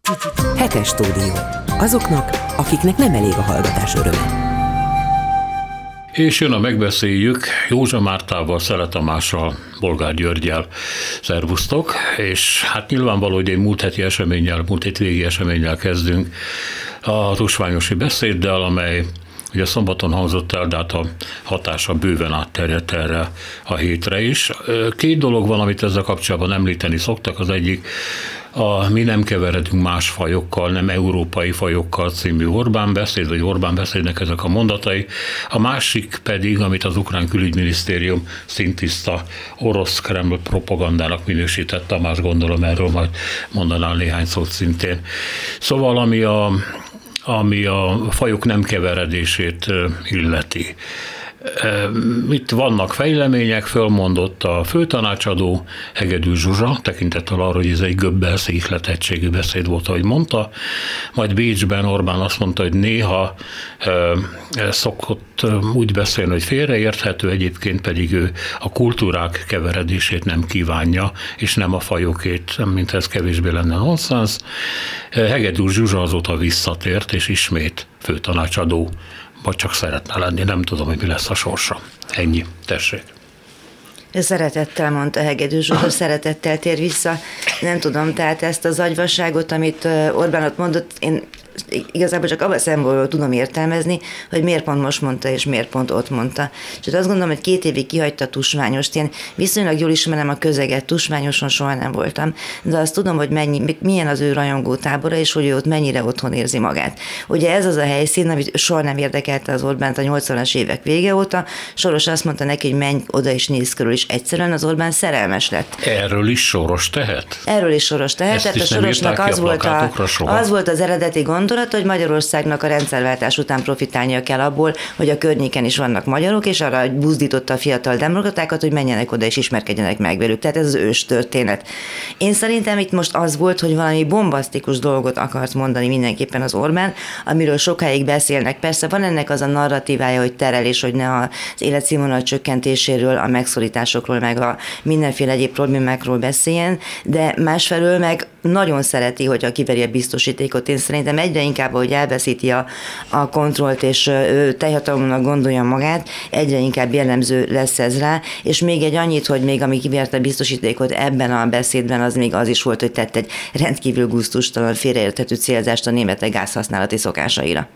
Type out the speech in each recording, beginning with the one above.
Hetes stúdió. Azoknak, akiknek nem elég a hallgatás öröme. És jön a megbeszéljük Józsa Mártával, Szele Tamással, Bolgár Györggyel. Szervusztok, és hát nyilvánvaló, hogy egy múlt hét végi eseménnyel kezdünk a tusványosi beszéddel, amely ugye szombaton hangzott el, de hát a hatása bőven átterjedt erre a hétre is. Két dolog van, amit ezzel kapcsolatban említeni szoktak. Az egyik Mi nem keveredünk más fajokkal, nem európai fajokkal című Orbán beszéd, vagy Orbán beszédnek ezek a mondatai. A másik pedig, amit az ukrán külügyminisztérium szintiszta orosz Kreml propagandának minősített, Tamás, gondolom erről majd mondanál néhány szót szintén. Szóval ami a fajok nem keveredését illeti. Itt vannak fejlemények, fölmondott a főtanácsadó Hegedűs Zsuzsa, tekintettel arra, hogy ez egy Goebbels ihletettségű beszéd volt, ahogy mondta, majd Bécsben Orbán azt mondta, hogy néha szokott úgy beszélni, hogy félreérthető, egyébként pedig ő a kultúrák keveredését nem kívánja, és nem a fajokét, mint ez kevésbé lenne nonsense. Hegedűs Zsuzsa azóta visszatért, és ismét főtanácsadó, vagy csak szeretne lenni, nem tudom, hogy mi lesz a sorsa. Ennyi, tessék. Szeretettel mondta Hegedűs Zsuzsa, szeretettel tér vissza. Nem tudom, tehát ezt az agyvasságot, amit Orbán ott mondott, én igazából csak abban a szempontból tudom értelmezni, hogy miért pont most mondta, és miért pont ott mondta. És azt gondolom, hogy 2 évig kihagyta a tusványost. Én viszonylag jól ismerem a közeget, tusványoson soha nem voltam, de azt tudom, hogy milyen az ő rajongótábora, és hogy ő ott mennyire otthon érzi magát. Ugye ez az a helyszín, amit soha nem érdekelte az Orbánt a 80-as évek vége óta. Soros azt mondta neki, hogy menj oda és nézz körül, és egyszerűen az Orbán szerelmes lett. Erről is Soros tehet? Erről is Soros tehet. Tehát a Sorosnak az volt az eredeti gondolat, hogy Magyarországnak a rendszerváltás után profitálnia kell abból, hogy a környéken is vannak magyarok, és arra buzdította a fiatal demokratákat, hogy menjenek oda és ismerkedjenek meg velük. Tehát ez az ős történet. Én szerintem itt most az volt, hogy valami bombasztikus dolgot akart mondani mindenképpen az Orbán, amiről sokáig beszélnek. Persze van ennek az a narratívája, hogy terelés, hogy ne az életszínvonal csökkentéséről, a megszorításokról, meg a mindenféle egyéb problémákról beszéljen, de másfelől meg nagyon szereti, hogyha kiveri a biztosítékot. Én szerintem egyre inkább, hogy elveszíti a kontrollt, és teljhatalomnak gondolja magát, egyre inkább jellemző lesz ez rá, és még egy annyit, hogy még ami kiverte a biztosítékot ebben a beszédben, az még az is volt, hogy tett egy rendkívül gusztustalan, félreérthető célzást a németek gázhasználati szokásaira.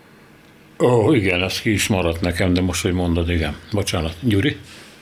Igen, ez ki is maradt nekem, de most, hogy mondod, igen. Bocsánat. Gyuri?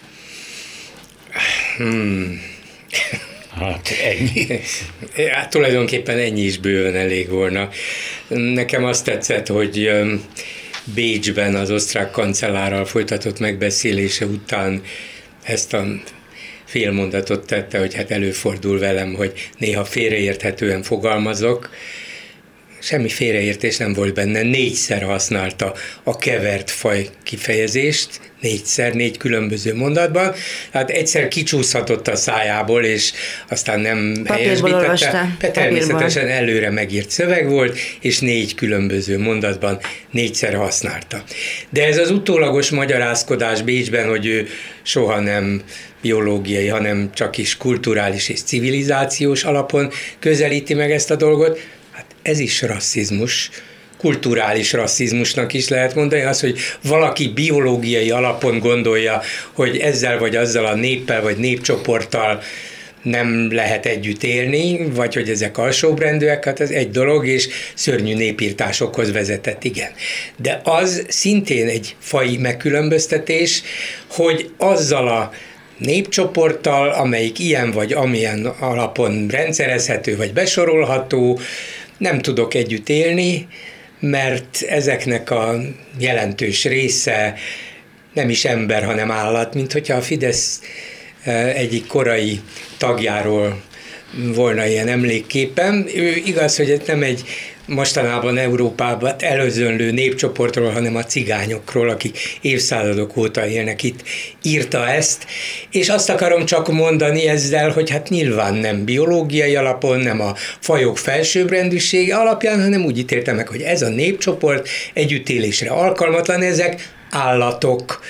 Hát ennyi. Hát tulajdonképpen ennyi is bőven elég volna. Nekem azt tetszett, hogy Bécsben az osztrák kancellárral folytatott megbeszélése után ezt a félmondatot tette, hogy hát előfordul velem, hogy néha félreérthetően fogalmazok. Semmi félreértés nem volt benne, 4-szer használta a kevert faj kifejezést, 4 különböző mondatban, hát egyszer kicsúszhatott a szájából, és aztán nem helyesbítette. Természetesen előre megírt szöveg volt, és 4 különböző mondatban 4-szer használta. De ez az utólagos magyarázkodás Bécsben, hogy ő soha nem biológiai, hanem csak is kulturális és civilizációs alapon közelíti meg ezt a dolgot, hát ez is rasszizmus, kulturális rasszizmusnak is lehet mondani, az, hogy valaki biológiai alapon gondolja, hogy ezzel vagy azzal a néppel vagy népcsoporttal nem lehet együtt élni, vagy hogy ezek alsóbrendűek, hát ez egy dolog, és szörnyű népírtásokhoz vezetett, igen. De az szintén egy faji megkülönböztetés, hogy azzal a népcsoporttal, amelyik ilyen vagy amilyen alapon rendszerezhető vagy besorolható, nem tudok együtt élni, mert ezeknek a jelentős része nem is ember, hanem állat, mint hogyha a Fidesz egyik korai tagjáról volna ilyen emlékképpen. Ő igaz, hogy ez nem egy mostanában Európában előzönlő népcsoportról, hanem a cigányokról, akik évszázadok óta élnek itt, írta ezt, és azt akarom csak mondani ezzel, hogy hát nyilván nem biológiai alapon, nem a fajok felsőbbrendűsége alapján, hanem úgy ítélte meg, hogy ez a népcsoport együttélésre alkalmatlan, ezek állatok,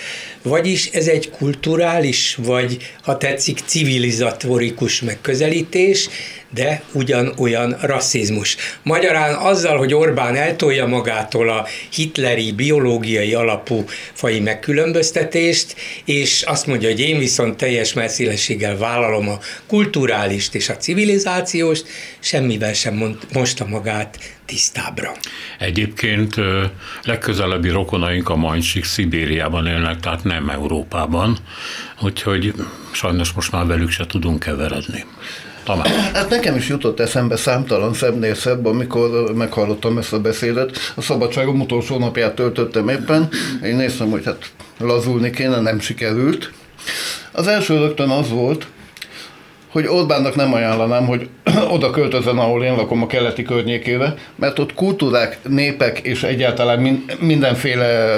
Vagyis ez egy kulturális, vagy ha tetszik, civilizatorikus megközelítés, de ugyanolyan rasszizmus. Magyarán azzal, hogy Orbán eltolja magától a hitleri, biológiai alapú faji megkülönböztetést, és azt mondja, hogy én viszont teljes messzélességgel vállalom a kulturálist és a civilizációst, semmivel sem mosta magát tisztábbra. Egyébként legközelebbi rokonaink a mancsik Szibériában élnek, tehát nem Európában, úgyhogy sajnos most már velük se tudunk keveredni. Tamás. Hát nekem is jutott eszembe számtalan szebbnél szebb, amikor meghallottam ezt a beszédet. A szabadságom utolsó napját töltöttem éppen, én néztem, hogy hát lazulni kéne, nem sikerült. Az első rögtön az volt, hogy Orbánnak nem ajánlanám, hogy oda költözön, ahol én lakom, a keleti környékére, mert ott kultúrák, népek és egyáltalán mindenféle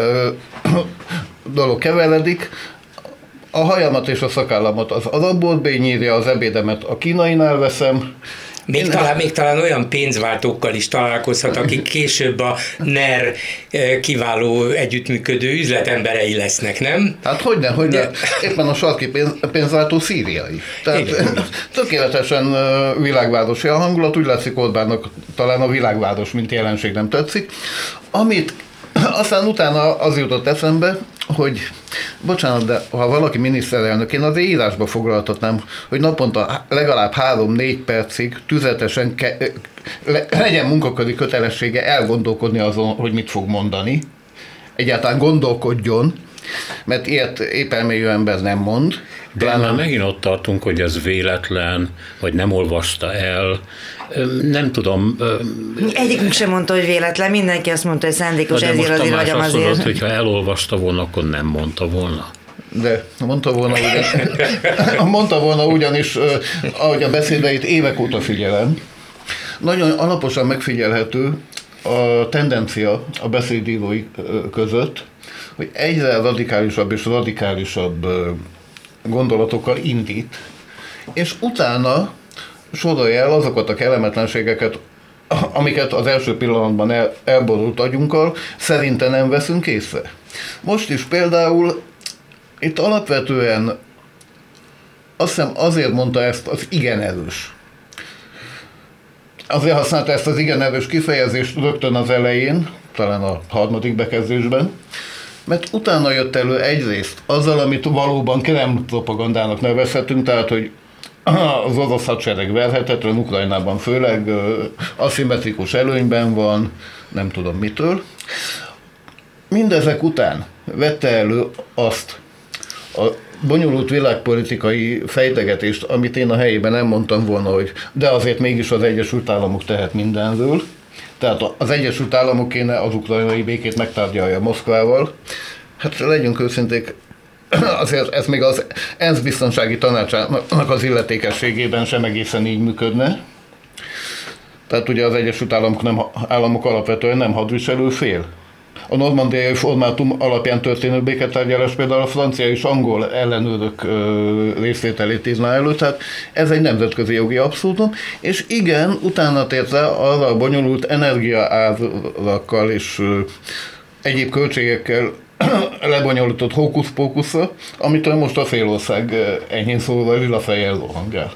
dolog keveredik. A hajamat és a szakállamat az arabból bényírja, az ebédemet a kínainál veszem. Még talán olyan pénzváltókkal is találkozhat, akik később a NER kiváló együttműködő üzletemberei lesznek, nem? Hát hogyne. Éppen a sarki pénzváltó szíriai. Tehát tökéletesen világvárosi a hangulat, úgy látszik Orbánnak talán a világváros, mint jelenség nem tetszik. Amit aztán utána az jutott eszembe, hogy bocsánat, de ha valaki miniszterelnök, én azért írásba foglaltatnám, hogy naponta legalább 3-4 percig tüzetesen legyen munkaköri kötelessége elgondolkodni azon, hogy mit fog mondani. Egyáltalán gondolkodjon, mert ilyet épp elmélyű ember nem mond. De már megint ott tartunk, hogy ez véletlen, vagy nem olvasta el. Nem tudom. Egyikünk sem mondta, hogy véletlen, mindenki azt mondta, hogy szándékos, ezért azért vagyom azért. Mondod, hogyha elolvasta volna, akkor nem mondta volna. De mondta volna ugyanis, ahogy a beszédeit évek óta figyelem, nagyon alaposan megfigyelhető a tendencia a beszédírói között, hogy egyre radikálisabb és radikálisabb gondolatokkal indít, és utána sorolja el azokat a kellemetlenségeket, amiket az első pillanatban elborult agyunkkal szerinte nem veszünk észre. Most is például itt alapvetően azt hiszem azért mondta ezt az igen erős. Azért használta ezt az igen erős kifejezést rögtön az elején, talán a 3. bekezdésben, mert utána jött elő egyrészt azzal, amit valóban Kreml propagandának nevezhetünk, tehát, hogy az orosz hadsereg verhetetlen, Ukrajnában főleg aszimmetrikus előnyben van, nem tudom mitől. Mindezek után vette elő azt a bonyolult világpolitikai fejtegetést, amit én a helyében nem mondtam volna, hogy de azért mégis az Egyesült Államok tehet mindenről. Tehát az Egyesült Államok kéne az ukrajnai békét megtárgyalja Moszkvával. Hát legyünk őszinték, azért ez még az ENSZ biztonsági tanácsának az illetékességében sem egészen így működne. Tehát ugye az Egyesült Államok alapvetően nem hadviselő fél. A normandiai formátum alapján történő béketárgyalás például a francia és angol ellenőrök részvételét írná elő, tehát ez egy nemzetközi jogi abszurdum, és igen, utána tért rá arra a bonyolult energiaárakkal és egyéb költségekkel lebonyolított hókusz-pókuszra, amitől most a félország enyhén szólva lilafejjel rohangál.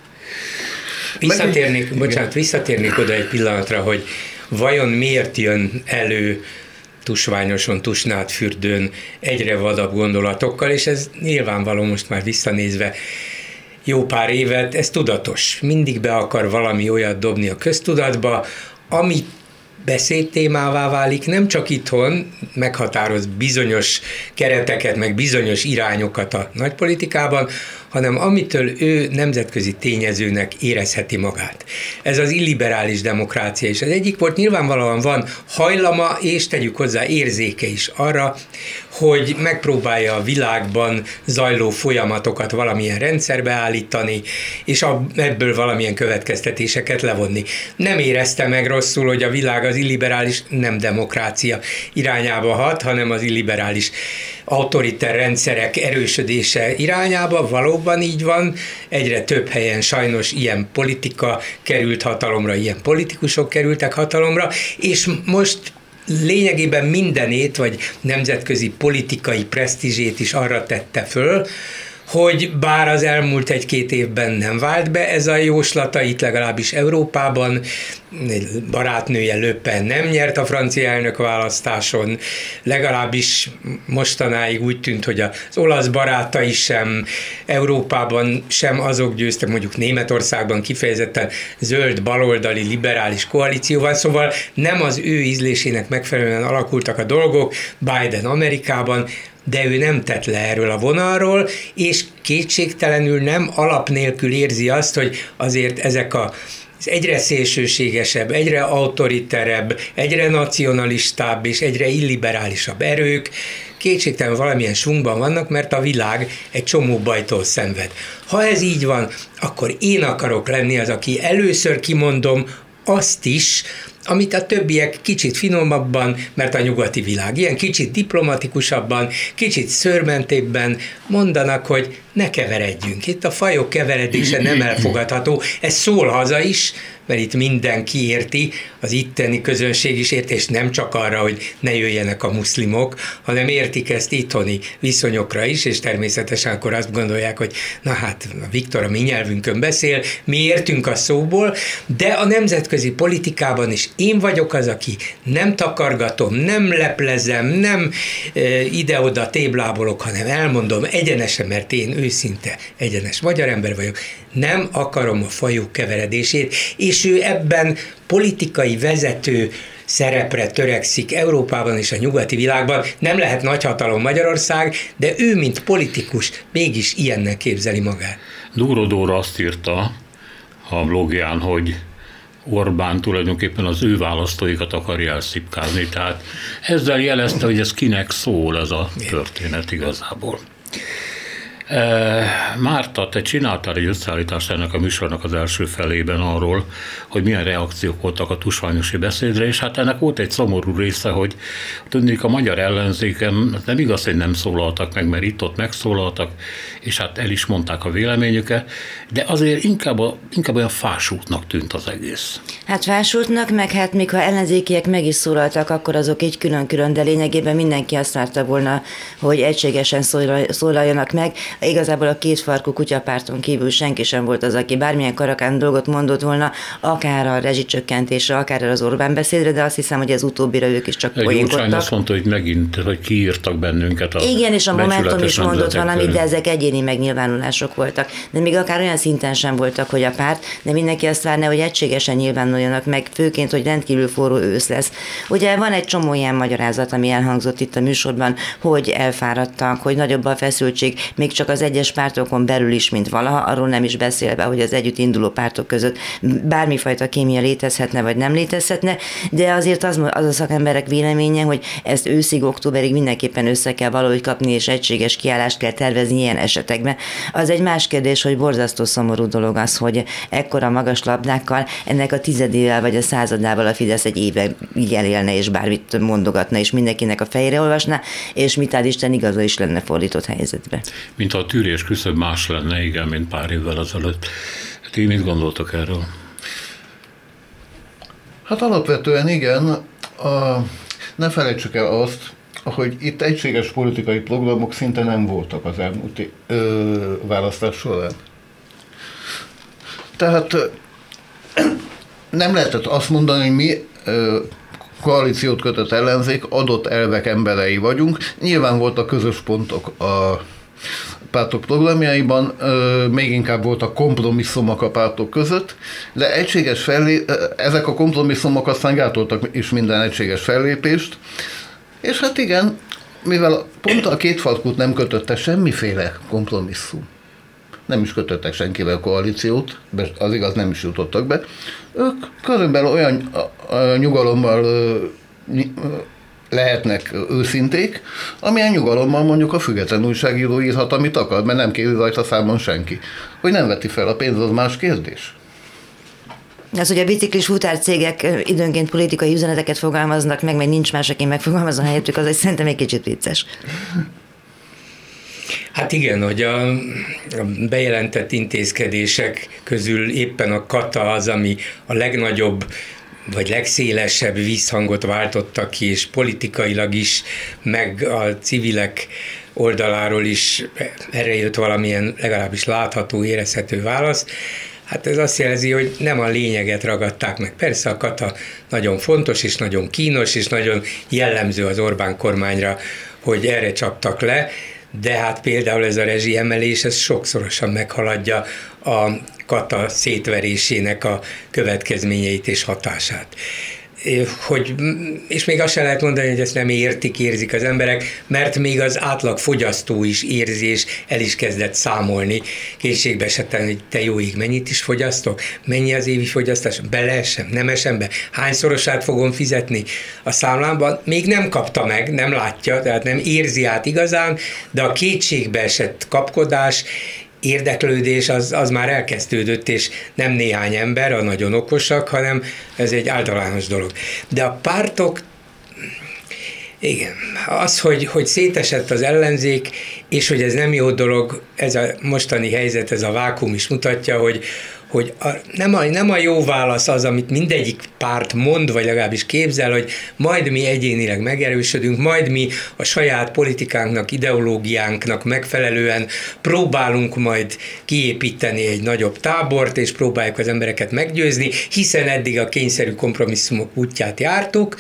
Visszatérnék oda egy pillanatra, hogy vajon miért jön elő tusványoson, tusnádfürdőn egyre vadabb gondolatokkal, és ez nyilvánvaló most már visszanézve jó pár évet, ez tudatos. Mindig be akar valami olyat dobni a köztudatba, amit beszédtémává válik, nem csak itthon meghatároz bizonyos kereteket, meg bizonyos irányokat a nagypolitikában, hanem amitől ő nemzetközi tényezőnek érezheti magát. Ez az illiberális demokrácia is. Az egyik volt, nyilvánvalóan van hajlama, és tegyük hozzá érzéke is arra, hogy megpróbálja a világban zajló folyamatokat valamilyen rendszerbe állítani, és ebből valamilyen következtetéseket levonni. Nem érezte meg rosszul, hogy a világ az illiberális, nem demokrácia irányába hat, hanem az illiberális autoriter rendszerek erősödése irányába. Valóban így van, egyre több helyen sajnos ilyen politika került hatalomra, ilyen politikusok kerültek hatalomra, és most lényegében mindenét, vagy nemzetközi politikai presztízsét is arra tette föl, hogy bár az elmúlt 1-2 évben nem vált be ez a jóslata, itt legalábbis Európában, barátnője Le Pen nem nyert a francia elnökválasztáson, legalábbis mostanáig úgy tűnt, hogy az olasz barátai sem, Európában sem azok győztek, mondjuk Németországban kifejezetten zöld, baloldali, liberális koalíció van, szóval nem az ő ízlésének megfelelően alakultak a dolgok Biden Amerikában, de ő nem tett le erről a vonalról, és kétségtelenül nem alap nélkül érzi azt, hogy azért ezek az egyre szélsőségesebb, egyre autoriterebb, egyre nacionalistább és egyre illiberálisabb erők kétségtelenül valamilyen svungban vannak, mert a világ egy csomó bajtól szenved. Ha ez így van, akkor én akarok lenni az, aki először kimondom azt is, amit a többiek kicsit finomabban, mert a nyugati világ ilyen kicsit diplomatikusabban, kicsit szőrmentébben mondanak, hogy ne keveredjünk. Itt a fajok keveredése nem elfogadható. Ez szól haza is, mert itt mindenki érti, az itteni közönség is érti, és nem csak arra, hogy ne jöjjenek a muszlimok, hanem értik ezt itthoni viszonyokra is, és természetesen akkor azt gondolják, hogy na hát, a Viktor a mi nyelvünkön beszél, mi értünk a szóból, de a nemzetközi politikában is én vagyok az, aki nem takargatom, nem leplezem, nem ide-oda téblábolok, hanem elmondom egyenesen, mert én őszinte egyenes magyar ember vagyok, nem akarom a fajok keveredését, és ő ebben politikai vezető szerepre törekszik Európában és a nyugati világban. Nem lehet nagyhatalom Magyarország, de ő, mint politikus, mégis ilyennek képzeli magát. Dóró Dóra azt írta a blogján, hogy Orbán tulajdonképpen az ő választóikat akarja elszipkázni, tehát ezzel jelezte, hogy ez kinek szól ez a történet igazából. Márta, te csináltál egy összeállítást ennek a műsornak az első felében arról, hogy milyen reakciók voltak a tusványosi beszédre, és hát ennek volt egy szomorú része, hogy tudnék a magyar ellenzéken, nem igaz, hogy nem szólaltak meg, mert itt-ott megszólaltak, és hát el is mondták a véleményüket, de azért inkább olyan fásútnak tűnt az egész. Hát fásútnak, meg hát még ha ellenzékiek meg is szólaltak, akkor azok így külön-külön, de lényegében mindenki azt várta volna, hogy egységesen szólaljanak meg. Igazából a kétfarkú kutyapárton kívül senki sem volt az, aki bármilyen karakán dolgot mondott volna, akár a rezsicsökkentésre, akár az Orbán beszédre, de azt hiszem, hogy az utóbbira ők is csak poénkodtak. Gyurcsány azt mondta, hogy megint, hogy kiírtak bennünket. Igen, és a Momentum is mondott valamit, de ezek egyéni megnyilvánulások voltak. De még akár olyan szinten sem voltak, hogy a párt, de mindenki azt várna, hogy egységesen nyilvánuljanak meg, főként, hogy rendkívül forró ősz lesz. Ugye van egy csomó ilyen magyarázat, ami elhangzott itt a műsorban, hogy elfáradtak, hogy nagyobb a feszültség, még csak az egyes pártokon belül is, mint valaha, arról nem is beszélve, hogy az együtt induló pártok között bármifajta kémia létezhetne, vagy nem létezhetne, de azért az a szakemberek véleménye, hogy ezt őszig, októberig mindenképpen össze kell valahogy kapni, és egységes kiállást kell tervezni ilyen esetekben. Az egy más kérdés, hogy borzasztó szomorú dolog az, hogy ekkora magas labdákkal, ennek a 10 vagy a 100 a Fidesz egy éve így elélne, és bármit mondogatna, és mindenkinek a fejére olvasná, és mit áll Isten igaza is lenne fordított helyzetbe. Mint a tűrés küszöb más lenne, igen, mint pár évvel azelőtt. Ti mit gondoltok erről? Hát alapvetően igen. Ne felejtsük el azt, hogy itt egységes politikai programok szinte nem voltak az elmúlt választás során. Tehát nem lehetett azt mondani, hogy mi koalíciót kötött ellenzék, adott elvek emberei vagyunk. Nyilván voltak közös pontok a pártok programjaiban, még inkább voltak kompromisszumok a pártok között, de ezek a kompromisszumok aztán gátoltak is minden egységes fellépést, és hát igen, mivel pont a kétfarkút nem kötötte semmiféle kompromisszum, nem is kötöttek senkivel koalíciót, az igaz, nem is jutottak be, ők körülbelül olyan nyugalommal lehetnek őszinték, amilyen nyugalommal mondjuk a független újságíró írhat, amit akar, mert nem kéri rajta számon senki. Hogy nem veti fel a pénz, az más kérdés. Az, hogy a biciklis futárcégek időnként politikai üzeneteket fogalmaznak meg nincs más, aki megfogalmazza helyettük, az szerintem egy kicsit vicces. Hát igen, hogy a bejelentett intézkedések közül éppen a kata az, ami a legnagyobb vagy legszélesebb visszhangot váltottak ki, és politikailag is, meg a civilek oldaláról is erre jött valamilyen legalábbis látható, érezhető válasz. Hát ez azt jelzi, hogy nem a lényeget ragadták meg. Persze a kata nagyon fontos, és nagyon kínos, és nagyon jellemző az Orbán kormányra, hogy erre csaptak le, de hát például ez a rezsiemelés, ez sokszorosan meghaladja a kata szétverésének a következményeit és hatását. És még azt sem lehet mondani, hogy ezt nem érzik az emberek, mert még az átlag fogyasztó is érzi, és el is kezdett számolni. Kétségbe esetten, hogy te jó ég, mennyit is fogyasztok? Mennyi az évi fogyasztás? Beleesem? Nem esem be? Hányszorosát fogom fizetni a számlámban? Még nem kapta meg, nem látja, tehát nem érzi át igazán, de a kétségbe esett kapkodás, érdeklődés az már elkezdődött, és nem néhány ember, a nagyon okosak, hanem ez egy általános dolog. De a pártok, igen, az, hogy szétesett az ellenzék, és hogy ez nem jó dolog, ez a mostani helyzet, ez a vákuum is mutatja, hogy nem a jó válasz az, amit mindegyik párt mond, vagy legalábbis képzel, hogy majd mi egyénileg megerősödünk, majd mi a saját politikánknak, ideológiánknak megfelelően próbálunk majd kiépíteni egy nagyobb tábort, és próbáljuk az embereket meggyőzni, hiszen eddig a kényszerű kompromisszumok útját jártuk,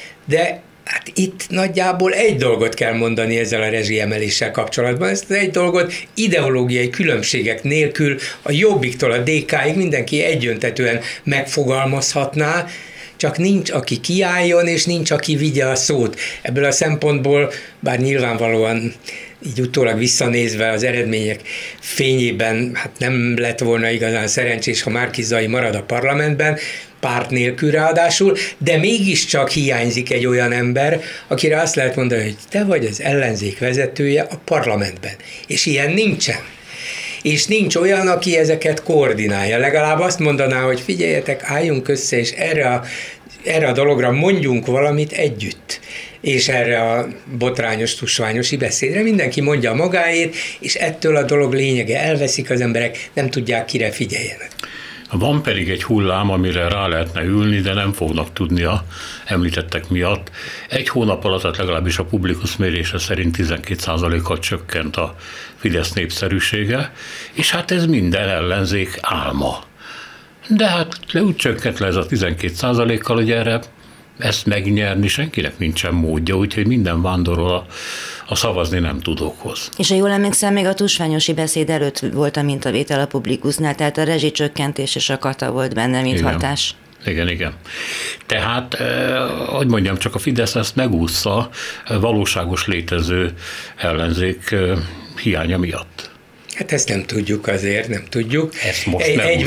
de hát itt nagyjából egy dolgot kell mondani ezzel a rezsiemeléssel kapcsolatban. Ezt az egy dolgot ideológiai különbségek nélkül a Jobbiktól a DK-ig mindenki egyöntetően megfogalmazhatná, csak nincs, aki kiálljon, és nincs, aki vigye a szót. Ebből a szempontból, bár nyilvánvalóan így utólag visszanézve az eredmények fényében, hát nem lett volna igazán szerencsés, ha Márki-Zay marad a parlamentben, párt nélkül ráadásul, de mégiscsak hiányzik egy olyan ember, akire azt lehet mondani, hogy te vagy az ellenzék vezetője a parlamentben. És ilyen nincsen. És nincs olyan, aki ezeket koordinálja. Legalább azt mondaná, hogy figyeljetek, álljunk össze, és erre a dologra mondjunk valamit együtt. És erre a botrányos, tusványosi beszédre mindenki mondja magáét, és ettől a dolog lényege elveszik, az emberek nem tudják, kire figyeljenek. Van pedig egy hullám, amire rá lehetne ülni, de nem fognak tudni a említettek miatt. Egy hónap alatt, legalábbis a Publikus mérése szerint 12%-kal csökkent a Fidesz népszerűsége, és hát ez minden ellenzék álma. De hát úgy csökkent le ez a 12%-kal, hogy erre ezt megnyerni senkinek nincsen módja, úgyhogy minden vándorol a szavazni nem tudókhoz. És ha jól emlékszem, még a tusványosi beszéd előtt volt a mintavétel a Publikusnál, tehát a rezsicsökkentés és a kata volt benne, mint igen. Hatás. Igen. Tehát, hogy mondjam, csak a Fidesz ezt megúszza valóságos létező ellenzék hiánya miatt. Hát ezt nem tudjuk azért, nem tudjuk. Ezt most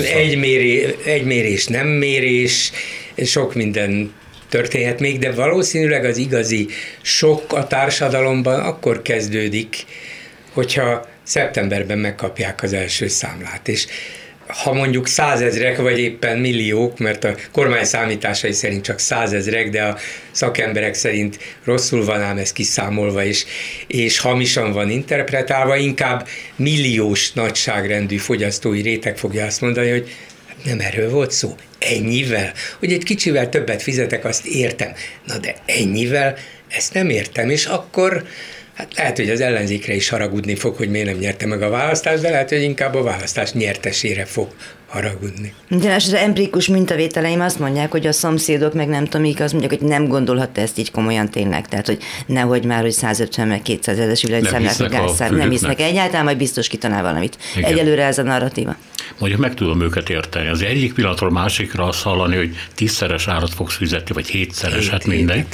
egy mérés nem mérés, sok minden történhet még, de valószínűleg az igazi sok a társadalomban akkor kezdődik, hogyha szeptemberben megkapják az első számlát. És ha mondjuk 100 000 vagy éppen milliók, mert a kormány számításai szerint csak 100 000, de a szakemberek szerint rosszul van ám ez kiszámolva, és hamisan van interpretálva, inkább milliós nagyságrendű fogyasztói réteg fogja azt mondani, hogy nem erről volt szó. Ennyivel? Hogy egy kicsivel többet fizetek, azt értem. Na de ennyivel? Ezt nem értem, és akkor hát lehet, hogy az ellenzékre is haragudni fog, hogy miért nem nyerte meg a választást, de lehet, hogy inkább a választás nyertesére fog haragudni. De az empirikus mintavételeim azt mondják, hogy a szomszédok, meg nem tudom, azt mondják, hogy nem gondolhatta ezt így komolyan tényleg. Tehát, hogy nehogy már, hogy 150 meg 200 000 villanyszámlát, meg gázszámlát. Nem hisznek egyáltalán, majd biztos kitanál valamit. Igen. Egyelőre ez a narratíva. Mondjuk meg tudom őket érteni. Az egyik pillanatról másikra azt hallani, hogy 10-szeres árat fogsz fizetni, vagy 7-szeres, hát mindegy.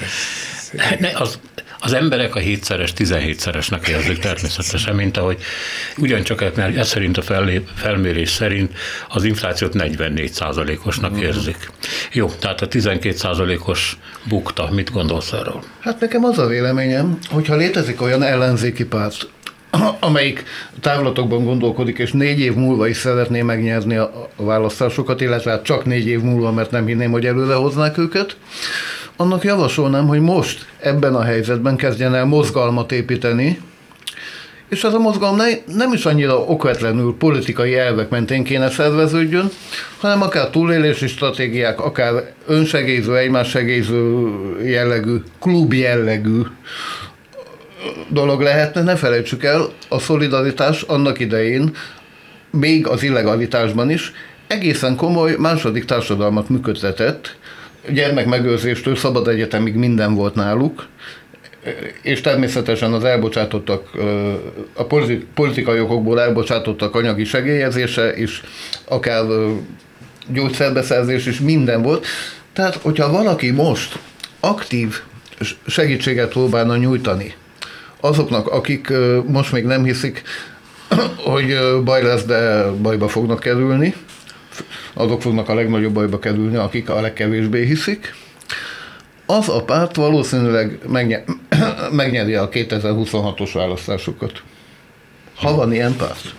Az emberek a 7-szeres, 17-szeresnek érzik természetesen, mint ahogy ugyancsak ez szerint a felmérés szerint az inflációt 44%-osnak érzik. Jó, tehát a 12%-os bukta, mit gondolsz erről? Hát nekem az a véleményem, hogyha létezik olyan ellenzéki párt, amelyik távlatokban gondolkodik, és 4 év múlva is szeretné megnyerni a választásokat, illetve hát csak 4 év múlva, mert nem hinném, hogy előre hoznák őket, annak javasolnám, hogy most ebben a helyzetben kezdjen el mozgalmat építeni, és ez a mozgalom nem is annyira okvetlenül politikai elvek mentén kéne szerveződjön, hanem akár túlélési stratégiák, akár önsegélyző, egymássegélyző jellegű, klub jellegű dolog lehetne. Ne felejtsük el, a szolidaritás annak idején, még az illegalitásban is, egészen komoly második társadalmat működtetett, gyermekmegőrzéstől szabad egyetemig minden volt náluk, és természetesen az elbocsátottak, a politikai okokból elbocsátottak anyagi segélyezése, és akár gyógyszerbeszerzés is minden volt. Tehát, hogyha valaki most aktív segítséget próbálna nyújtani azoknak, akik most még nem hiszik, hogy baj lesz, de bajba fognak kerülni, azok fognak a legnagyobb bajba kerülni, akik a legkevésbé hiszik, az a párt valószínűleg megnyeri a 2026-os választásokat. Ha van ilyen párt?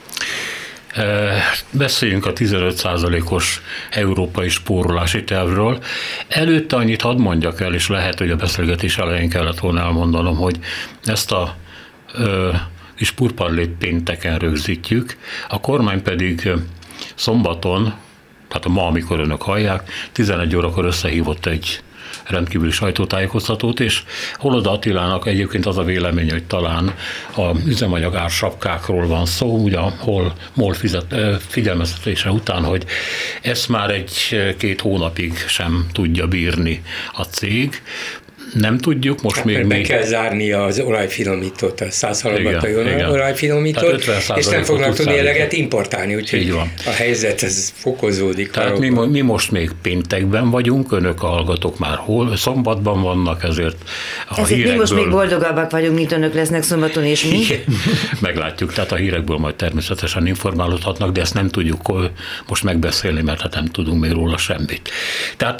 Beszéljünk a 15%-os európai spórolási tervről. Előtte annyit hadd mondjak el, és lehet, hogy a beszélgetés elején kellett volna elmondanom, hogy ezt a kis purparlét pénteken rögzítjük, a kormány pedig szombaton, tehát ma, amikor önök hallják, 11 órakor összehívott egy rendkívüli sajtótájékoztatót, és Holoda Attilának egyébként az a vélemény, hogy talán a üzemanyag ársapkákról van szó, ugye a MOL figyelmeztetése után, hogy ezt már 1-2 hónapig sem tudja bírni a cég. Nem tudjuk, most még... Be kell zárni az olajfinomítót, a 100 halogattai olajfinomítót, és nem fognak tudni eleget importálni, úgyhogy a helyzet ez fokozódik. Tehát mi most még péntekben vagyunk, önök a hallgatók már szombatban vannak, ezért a hírekből... mi most még boldogabbak vagyunk, mint önök lesznek szombaton, és mi? Meglátjuk, tehát a hírekből majd természetesen informálódhatnak, de ezt nem tudjuk most megbeszélni, mert hát nem tudunk még róla semmit. Tehát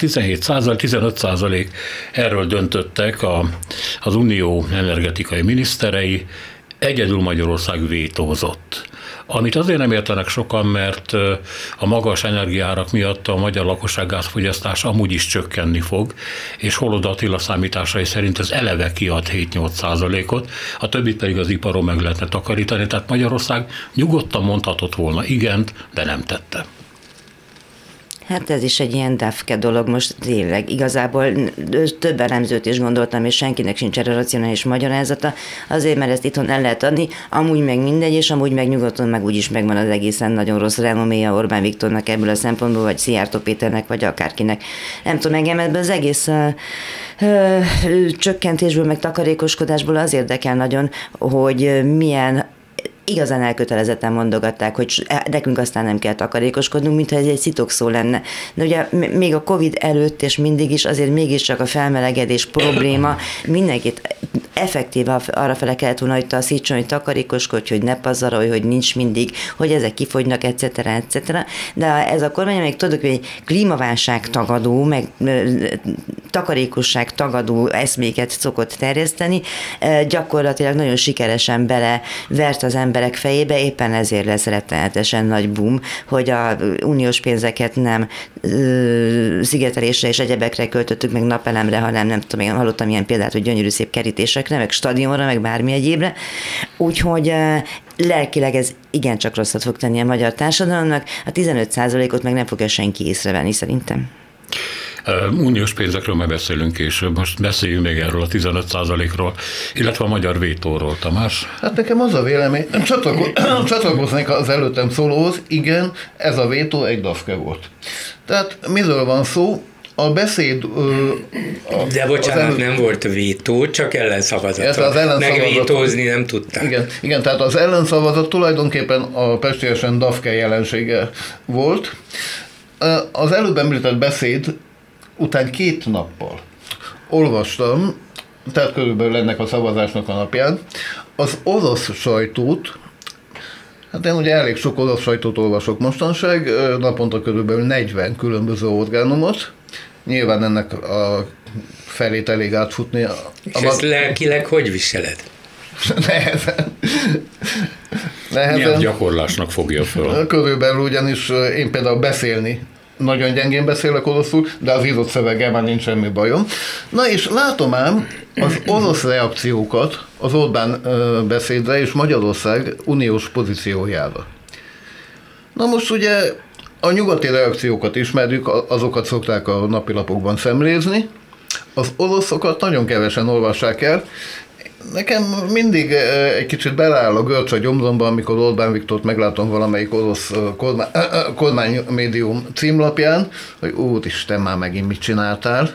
15% erről döntött az Unió energetikai miniszterei, egyedül Magyarország vétózott. Amit azért nem értenek sokan, mert a magas energiaárak miatt a magyar lakosság gázfogyasztása amúgy is csökkenni fog, és Holoda Attila számításai szerint ez eleve kiad 7-8%-ot, a többit pedig az iparon meg lehetne takarítani, tehát Magyarország nyugodtan mondhatott volna igent, de nem tette. Hát ez is egy ilyen dafke dolog most tényleg. Igazából több elemzőt is gondoltam, és senkinek sincs erre racionális magyarázata, azért, mert ezt itthon el lehet adni, amúgy meg mindegy, és amúgy meg nyugodtan meg úgyis megvan az egészen nagyon rossz renoméja Orbán Viktornak ebből a szempontból, vagy Szijjártó Péternek, vagy akárkinek. Nem tudom, engem ebben az egész csökkentésből, meg takarékoskodásból az érdekel nagyon, hogy milyen igazán elkötelezetten mondogatták, hogy nekünk aztán nem kell takarékoskodnunk, mintha ez egy szitokszó lenne. De ugye még a Covid előtt és mindig is azért mégiscsak a felmelegedés probléma mindenkit effektív arra fele kellett volna, hogy taszítson, hogy takarékoskodj, hogy ne pazarolj, hogy nincs mindig, hogy ezek kifogynak, etc. De ez a kormány még tudok, hogy egy klímaválság tagadó, meg takarékosság tagadó eszméket szokott terjeszteni, gyakorlatilag nagyon sikeresen belevert az emberek fejébe, éppen ezért lesz rettenetesen nagy boom, hogy a uniós pénzeket nem szigetelésre és egyebekre költöttük, meg napelemre, hanem nem tudom, én hallottam ilyen példát, hogy gyönyörű szép kerítésekre, meg stadionra, meg bármi egyébre. Úgyhogy lelkileg ez igencsak rosszat fog tenni a magyar társadalomnak, a 15%-ot meg nem fogja senki észrevenni szerintem. Uniós pénzekről már beszélünk később, most beszéljünk még erről a 15%-ról, illetve a magyar vétóról, Tamás. Hát nekem az a vélemény, csatlakoznék az előttem szólóhoz, igen, ez a vétó egy dafke volt. Tehát miről van szó? A beszéd... De bocsánat, nem volt vétó, csak ellenszavazat. Megvétózni nem tudták. Igen, tehát az ellenszavazat tulajdonképpen a pestélyesen dafke jelensége volt. Az előbb említett beszéd után 2 nappal olvastam, tehát körülbelül ennek a szavazásnak a napján, az orosz sajtót, hát én ugye elég sok orosz sajtót olvasok mostanság, naponta körülbelül 40 különböző orgánumot, nyilván ennek a felét elég átfutni. És ezt lelkileg hogy viseled? Nehezen. Milyen gyakorlásnak fogja föl? Körülbelül ugyanis én például beszélni nagyon gyengén beszélek oroszul, de az írott szöveggel már nincs semmi bajom. Na és látom ám az orosz reakciókat az Orbán beszédre és Magyarország uniós pozíciójára. Na most ugye a nyugati reakciókat ismerjük, azokat szokták a napilapokban szemlézni, az oroszokat nagyon kevesen olvassák el. Nekem mindig egy kicsit beleáll a görcs a gyomromba, amikor Orbán Viktort meglátom valamelyik orosz kormánymédium címlapján, hogy úristen, már megint mit csináltál.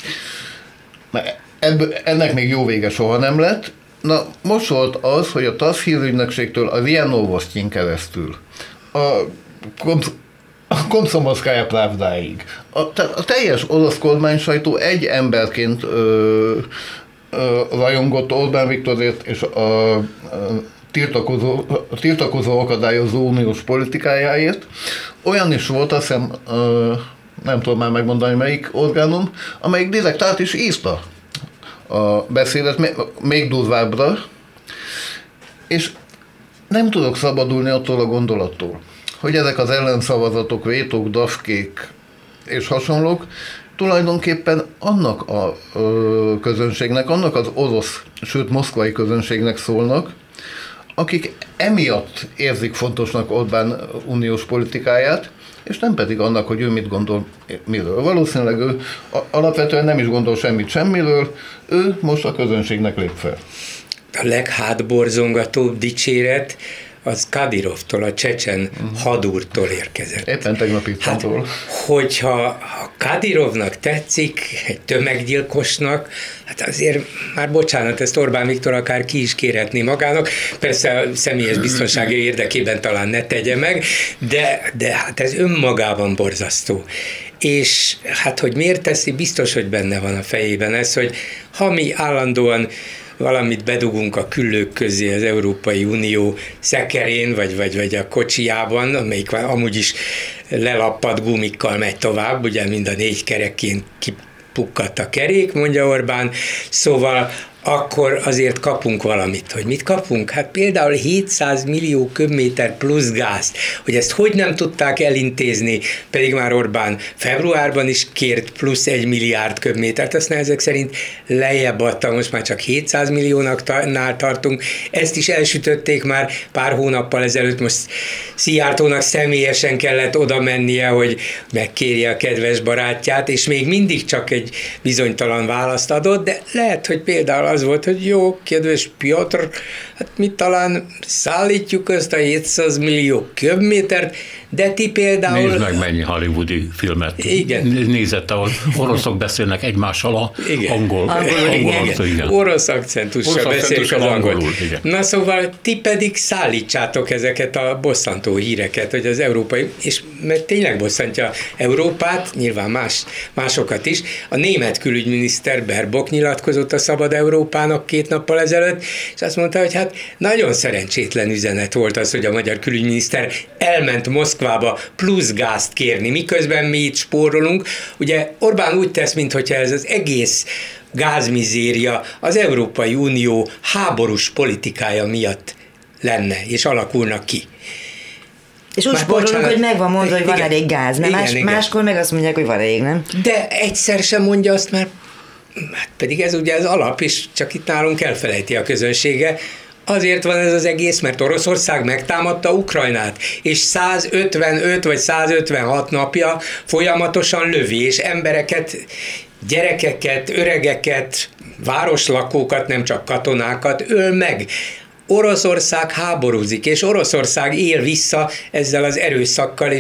Ennek még jó vége soha nem lett. Na, most volt az, hogy a TASZ hírügynökségtől a RIA Novostyin keresztül a Komszomolszkaja Pravdáig. A teljes orosz kormánysajtó egy emberként rajongott Orbán Viktorért és a tiltakozó akadályozó uniós politikájáért. Olyan is volt, azt hiszem, nem tudom már megmondani melyik orgánum, amelyik direkt át is írta a beszédet még durvábbra, és nem tudok szabadulni attól a gondolattól, hogy ezek az ellenszavazatok, vétók, dafkék és hasonlók tulajdonképpen annak a közönségnek, annak az orosz, sőt moszkvai közönségnek szólnak, akik emiatt érzik fontosnak Orbán uniós politikáját, és nem pedig annak, hogy ő mit gondol miről. Valószínűleg ő alapvetően nem is gondol semmit semmiről, ő most a közönségnek lép fel. A leghátborzongatóbb dicséret az Kadirovtól, a csecsen hadúrtól érkezett. Éppen tegnap itt van. Hogyha Kadirovnak tetszik, egy tömeggyilkosnak, hát azért már bocsánat, ezt Orbán Viktor akár ki is kérhetné magának, persze a személyes biztonsága érdekében talán ne tegye meg, de hát ez önmagában borzasztó. És hát, hogy miért teszi, biztos, hogy benne van a fejében ez, hogy ha mi állandóan valamit bedugunk a küllők közé az Európai Unió szekerén, vagy a kocsijában, amelyik amúgy is lelappad gumikkal megy tovább, ugye mind a 4 kerekén kipukkadt a kerék, mondja Orbán, szóval akkor azért kapunk valamit. Hogy mit kapunk? Hát például 700 millió köbméter plusz gázt. Hogy ezt hogy nem tudták elintézni, pedig már Orbán februárban is kért plusz 1 milliárd köbmétert, aztán ezek szerint lejjebb adta, most már csak 700 milliónál tartunk. Ezt is elsütötték már pár hónappal ezelőtt, most Szijjártónak személyesen kellett oda mennie, hogy megkérje a kedves barátját, és még mindig csak egy bizonytalan választ adott, de lehet, hogy például az volt, hogy jó, kedves Piotr, hát mi talán szállítjuk ezt a 700 millió köbmétert, de ti például... Nézd meg, mennyi hollywoodi filmet nézett, ahol oroszok beszélnek egymással a angol. Orosz akcentussal beszélik az angolt. Na szóval ti pedig szállítsátok ezeket a bosszantó híreket, hogy az európai, és mert tényleg bosszantja Európát, nyilván másokat is. A német külügyminiszter Baerbock nyilatkozott a Szabad Európának 2 nappal ezelőtt, és azt mondta, hogy hát nagyon szerencsétlen üzenet volt az, hogy a magyar külügyminiszter elment Moszkvába plusz gázt kérni, miközben mi itt spórolunk. Ugye Orbán úgy tesz, mintha ez az egész gázmizéria az Európai Unió háborús politikája miatt lenne, és alakulnak ki. És úgy spórolunk, hogy meg van mondva, hogy van elég gáz, mert máskor meg azt mondják, hogy van elég, nem? De egyszer sem mondja azt már, hát pedig ez ugye az alap, és csak itt nálunk elfelejti a közönsége. Azért van ez az egész, mert Oroszország megtámadta Ukrajnát, és 155 vagy 156 napja folyamatosan lövi, és embereket, gyerekeket, öregeket, városlakókat, nem csak katonákat öl meg. Oroszország háborúzik, és Oroszország él vissza ezzel az erőszakkal,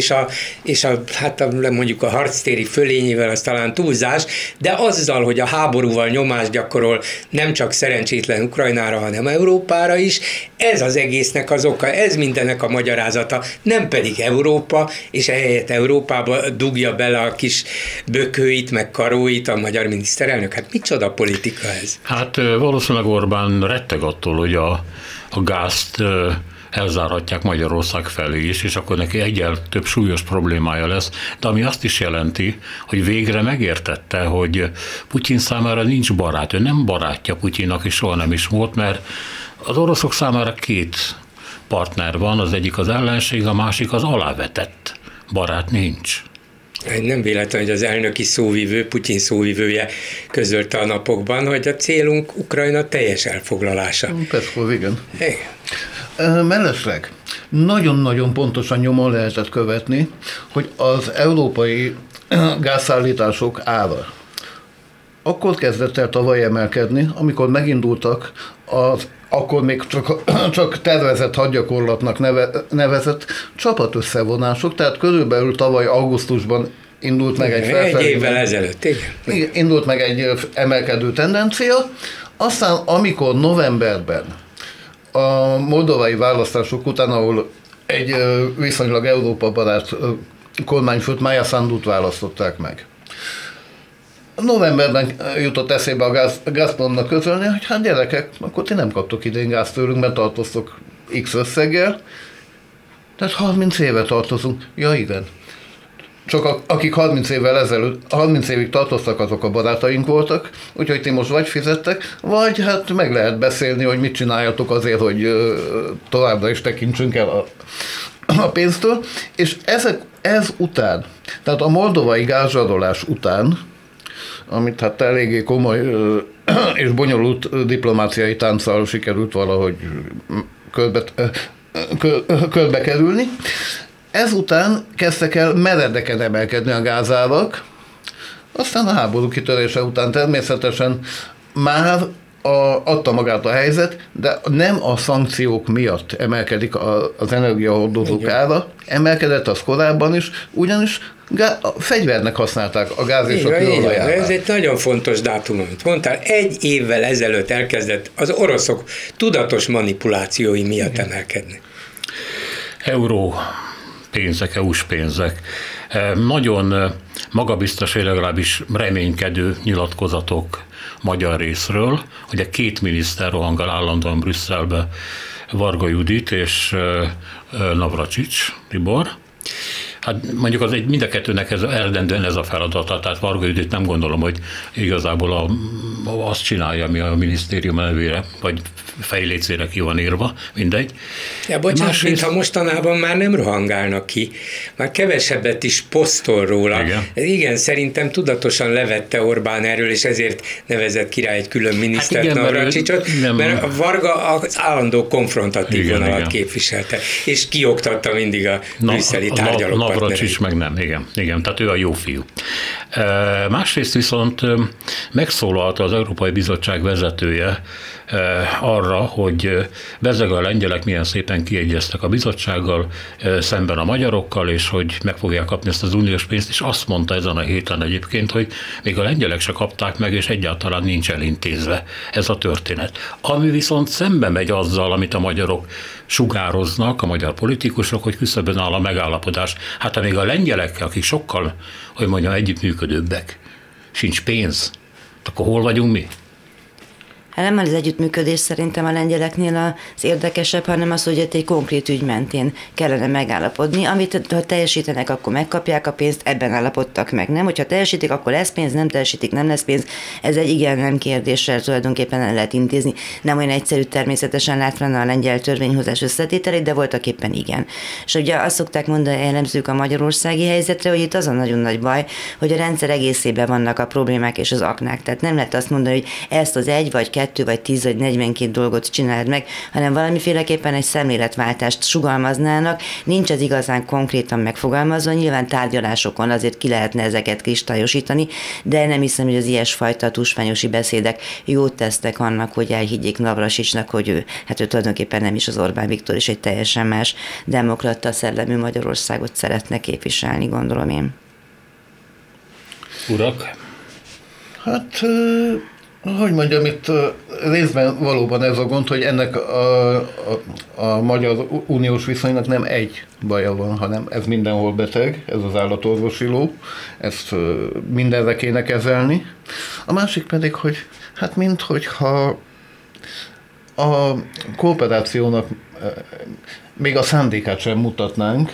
mondjuk a harctéri fölényével, az talán túlzás, de azzal, hogy a háborúval nyomást gyakorol nem csak szerencsétlen Ukrajnára, hanem Európára is, ez az egésznek az oka, ez mindennek a magyarázata, nem pedig Európa, és ehelyett Európába dugja bele a kis bökőit, meg karóit a magyar miniszterelnök. Hát micsoda politika ez? Hát valószínűleg Orbán retteg attól, hogy a gázt elzárhatják Magyarország felé is, és akkor neki egyel több súlyos problémája lesz, de ami azt is jelenti, hogy végre megértette, hogy Putyin számára nincs barát, ő nem barátja Putyinnak, és soha nem is volt, mert az oroszok számára 2 partner van, az egyik az ellenség, a másik az alávetett. Barát nincs. Nem véletlen, hogy az elnöki szóvivő, Putyin szóvivője közölte a napokban, hogy a célunk Ukrajna teljes elfoglalása. Peszkov, igen. Mellesleg nagyon-nagyon pontosan nyomon lehetett követni, hogy az európai gázszállítások ára akkor kezdett el tavaly emelkedni, amikor megindultak akkor még csak tervezett hadgyakorlatnak nevezett csapatösszevonások, tehát körülbelül tavaly augusztusban indult meg egy évvel ezelőtt, igen. Indult meg egy emelkedő tendencia, aztán amikor novemberben a moldovai választások után, ahol egy viszonylag Európa barát kormányfőt, Maia Sandut választották meg. Novemberben jutott eszébe a Gazpromnak közölni, hogy hát gyerekek, akkor ti nem kaptok idén gázt tőlünk, mert tartoztok X összeggel, tehát 30 éve tartozunk. Ja, igen. Csak akik 30 évig tartoztak, azok a barátaink voltak, úgyhogy ti most vagy fizettek, vagy hát meg lehet beszélni, hogy mit csináljatok azért, hogy továbbra is tekintsünk el a pénztől, és ez után, tehát a moldovai gázsarolás után, amit hát eléggé komoly és bonyolult diplomáciai tánccal sikerült valahogy körbe kerülni. Ezután kezdtek el meredeken emelkedni a gázárak, aztán a háború kitörése után természetesen már adta magát a helyzet, de nem a szankciók miatt emelkedik az energiahordozók ára, emelkedett az korábban is, ugyanis fegyvernek használták a gáz és a kőolaját. Ez egy nagyon fontos dátum, amit mondtál. Egy évvel ezelőtt elkezdett az oroszok tudatos manipulációi miatt emelkedni. Euró pénzek, EU-s pénzek. Nagyon magabiztos, legalábbis reménykedő nyilatkozatok magyar részről. Ugye 2 miniszter rohangál állandóan Brüsszelbe, Varga Judit és Navracsics Tibor. Hát mondjuk az mind a kettőnek eredendően ez a feladata, tehát Varga Judit nem gondolom, hogy igazából azt csinálja, ami a minisztérium nevére, vagy fejlécére ki van írva, mindegy. Ja, bocsánat, mintha mostanában már nem rohangálnak ki, már kevesebbet is posztol róla. Igen, szerintem tudatosan levette Orbán erről, és ezért nevezett ki rá egy külön minisztert, Navracsicsot, mert a Varga az állandó konfrontatív vonalat képviselte, és kioktatta mindig a brüsszeli tárgyalók. Navracsics meg nem, igen, tehát ő a jó fiú. Másrészt viszont megszólalt az Európai Bizottság vezetője arra, hogy bezeg a lengyelek milyen szépen kiegyeztek a bizottsággal szemben a magyarokkal, és hogy meg fogják kapni ezt az uniós pénzt, és azt mondta ezen a héten egyébként, hogy még a lengyelek se kapták meg, és egyáltalán nincs elintézve ez a történet. Ami viszont szembe megy azzal, amit a magyarok sugároznak, a magyar politikusok, hogy küszöbön áll a megállapodás. Hát ha még a lengyelekkel, akik sokkal, hogy mondjam, együttműködőbbek, sincs pénz, akkor hol vagyunk mi? Nem az együttműködés szerintem a lengyeleknél az érdekesebb, hanem az, hogy egy konkrét ügy mentén kellene megállapodni, amit ha teljesítenek, akkor megkapják a pénzt, ebben állapodtak meg, nem? Hogyha teljesítik, akkor lesz pénz, nem teljesítik, nem lesz pénz. Ez egy igen-nem kérdéssel tulajdonképpen el lehet intézni. Nem olyan egyszerű természetesen látván a lengyel törvényhozás összetételét, de voltak éppen igen. És ugye azt szokták mondani jellemzők a magyarországi helyzetre, hogy itt az a nagyon nagy baj, hogy a rendszer egészében vannak a problémák és az aknák. Tehát nem lehet azt mondani, hogy ezt az 1 vagy 2 vagy 10 vagy 42 dolgot csináld meg, hanem valamiféleképpen egy szemléletváltást sugalmaznának. Nincs ez igazán konkrétan megfogalmazva, nyilván tárgyalásokon azért ki lehetne ezeket kristályosítani, de nem hiszem, hogy az ilyesfajta tusványosi beszédek jót tesznek annak, hogy elhiggyék Navracsicsnak, hogy ő tulajdonképpen nem is az Orbán Viktor, és egy teljesen más demokrata szellemű Magyarországot szeretne képviselni, gondolom én. Urak? Hát... Hogy mondjam, itt részben valóban ez a gond, hogy ennek a magyar uniós viszonynak nem egy baja van, hanem ez mindenhol beteg, ez az állatorvosi ló, ezt mindenre kéne kezelni. A másik pedig, hogy hát minthogyha a kooperációnak még a szándékát sem mutatnánk,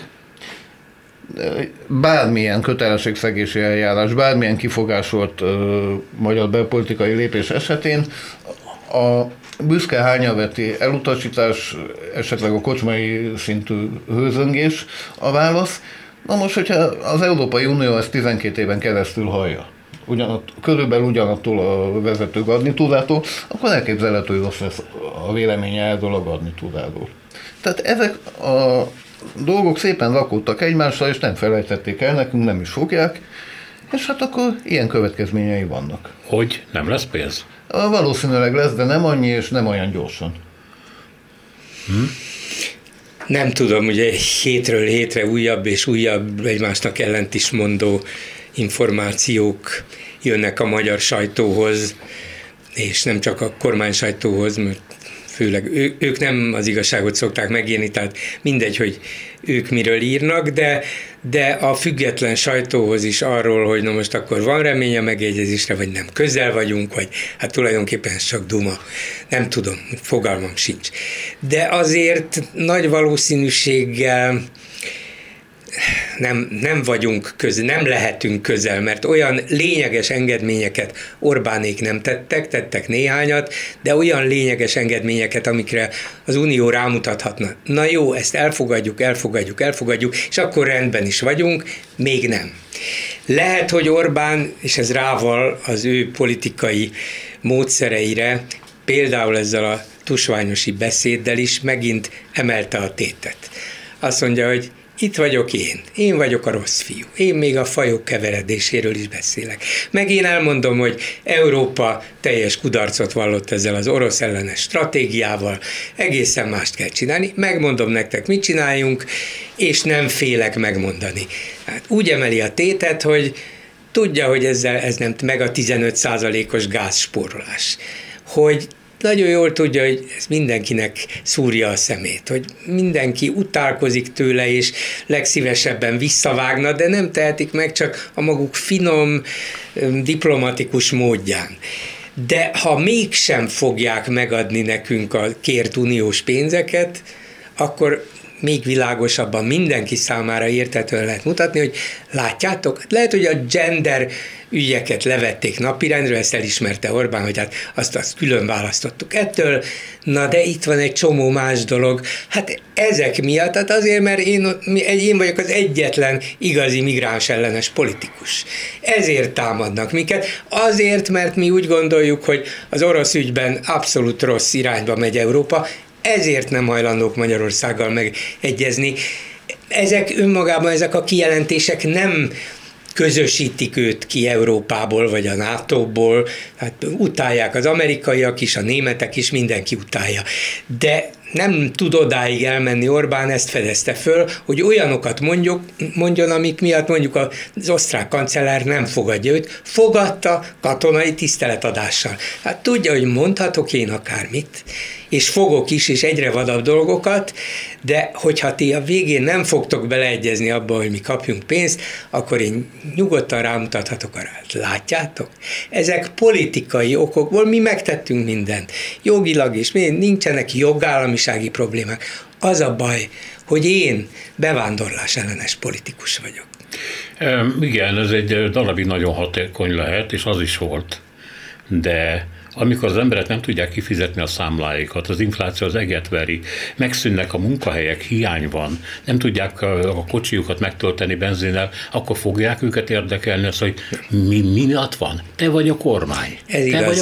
bármilyen kötelességszegési eljárás, bármilyen kifogásolt magyar belpolitikai lépés esetén a büszke hányaveti elutasítás, esetleg a kocsmai szintű hőzöngés a válasz, Na most, hogyha az Európai Unió ezt 12 éven keresztül hallja, körülbelül ugyanattól a vezető garnitúrától, akkor elképzelhető, hogy rossz lesz a véleménye erről a garnitúráról. Tehát ezek a dolgok szépen rakódtak egymással, és nem felejtették el, nekünk nem is fogják, és hát akkor ilyen következményei vannak. Hogy nem lesz pénz? Valószínűleg lesz, de nem annyi, és nem olyan gyorsan. Nem tudom, ugye hétről hétre újabb és újabb egymásnak ellent is mondó információk jönnek a magyar sajtóhoz, és nem csak a kormány sajtóhoz, mert főleg ők nem az igazságot szokták megírni, tehát mindegy, hogy ők miről írnak, de a független sajtóhoz is arról, hogy na most akkor van remény a megegyezésre, vagy nem, közel vagyunk, vagy hát tulajdonképpen ez csak duma. Nem tudom, fogalmam sincs. De azért nagy valószínűséggel nem vagyunk közel, nem lehetünk közel, mert olyan lényeges engedményeket Orbánék nem tettek néhányat, de olyan lényeges engedményeket, amikre az Unió rámutathatna. Na jó, ezt elfogadjuk, és akkor rendben is vagyunk, még nem. Lehet, hogy Orbán, és ez rával az ő politikai módszereire, például ezzel a tusványosi beszéddel is megint emelte a tétet. Azt mondja, hogy itt vagyok én vagyok a rossz fiú. Én még a fajok keveredéséről is beszélek. Meg én elmondom, hogy Európa teljes kudarcot vallott ezzel az orosz ellenes stratégiával, egészen mást kell csinálni, megmondom nektek, mit csináljunk, és nem félek megmondani. Hát úgy emeli a tétet, hogy tudja, hogy ez nem meg a 15%-os gázspórolás, hogy nagyon jól tudja, hogy ez mindenkinek szúrja a szemét, hogy mindenki utálkozik tőle, és legszívesebben visszavágna, de nem tehetik meg csak a maguk finom, diplomatikus módján. De ha mégsem fogják megadni nekünk a kért uniós pénzeket, akkor még világosabban mindenki számára érthetően lehet mutatni, hogy látjátok, lehet, hogy a gender ügyeket levették napirendről, ezt elismerte Orbán, hogy hát azt külön választottuk ettől, na de itt van egy csomó más dolog, hát ezek miatt, hát azért, mert én vagyok az egyetlen igazi migráns ellenes politikus. Ezért támadnak minket, azért, mert mi úgy gondoljuk, hogy az orosz ügyben abszolút rossz irányba megy Európa, ezért nem hajlandók Magyarországgal megegyezni. Ezek önmagában, ezek a kijelentések nem közösítik őt ki Európából, vagy a NATO-ból, hát utálják az amerikaiak is, a németek is, mindenki utálja. De nem tud odáig elmenni Orbán, ezt fedezte föl, hogy olyanokat mondjon, amik miatt mondjuk az osztrák kancellár nem fogadja őt, fogadta katonai tiszteletadással. Hát tudja, hogy mondhatok én akármit, és fogok is, és egyre vadabb dolgokat, de hogyha ti a végén nem fogtok beleegyezni abba, hogy mi kapjunk pénzt, akkor én nyugodtan rámutathatok arra. Látjátok? Ezek politikai okokból mi megtettünk mindent. Jogilag is, nincsenek jogállamisági problémák. Az a baj, hogy én bevándorlás ellenes politikus vagyok. Igen, ez egy darabig nagyon hatékony lehet, és az is volt. De amikor az emberek nem tudják kifizetni a számláikat, az infláció az eget veri, megszűnnek a munkahelyek, hiány van, nem tudják a kocsijukat megtölteni benzinnel, akkor fogják őket érdekelni azt, hogy mi miatt van? Te vagy a kormány. Ez igaz.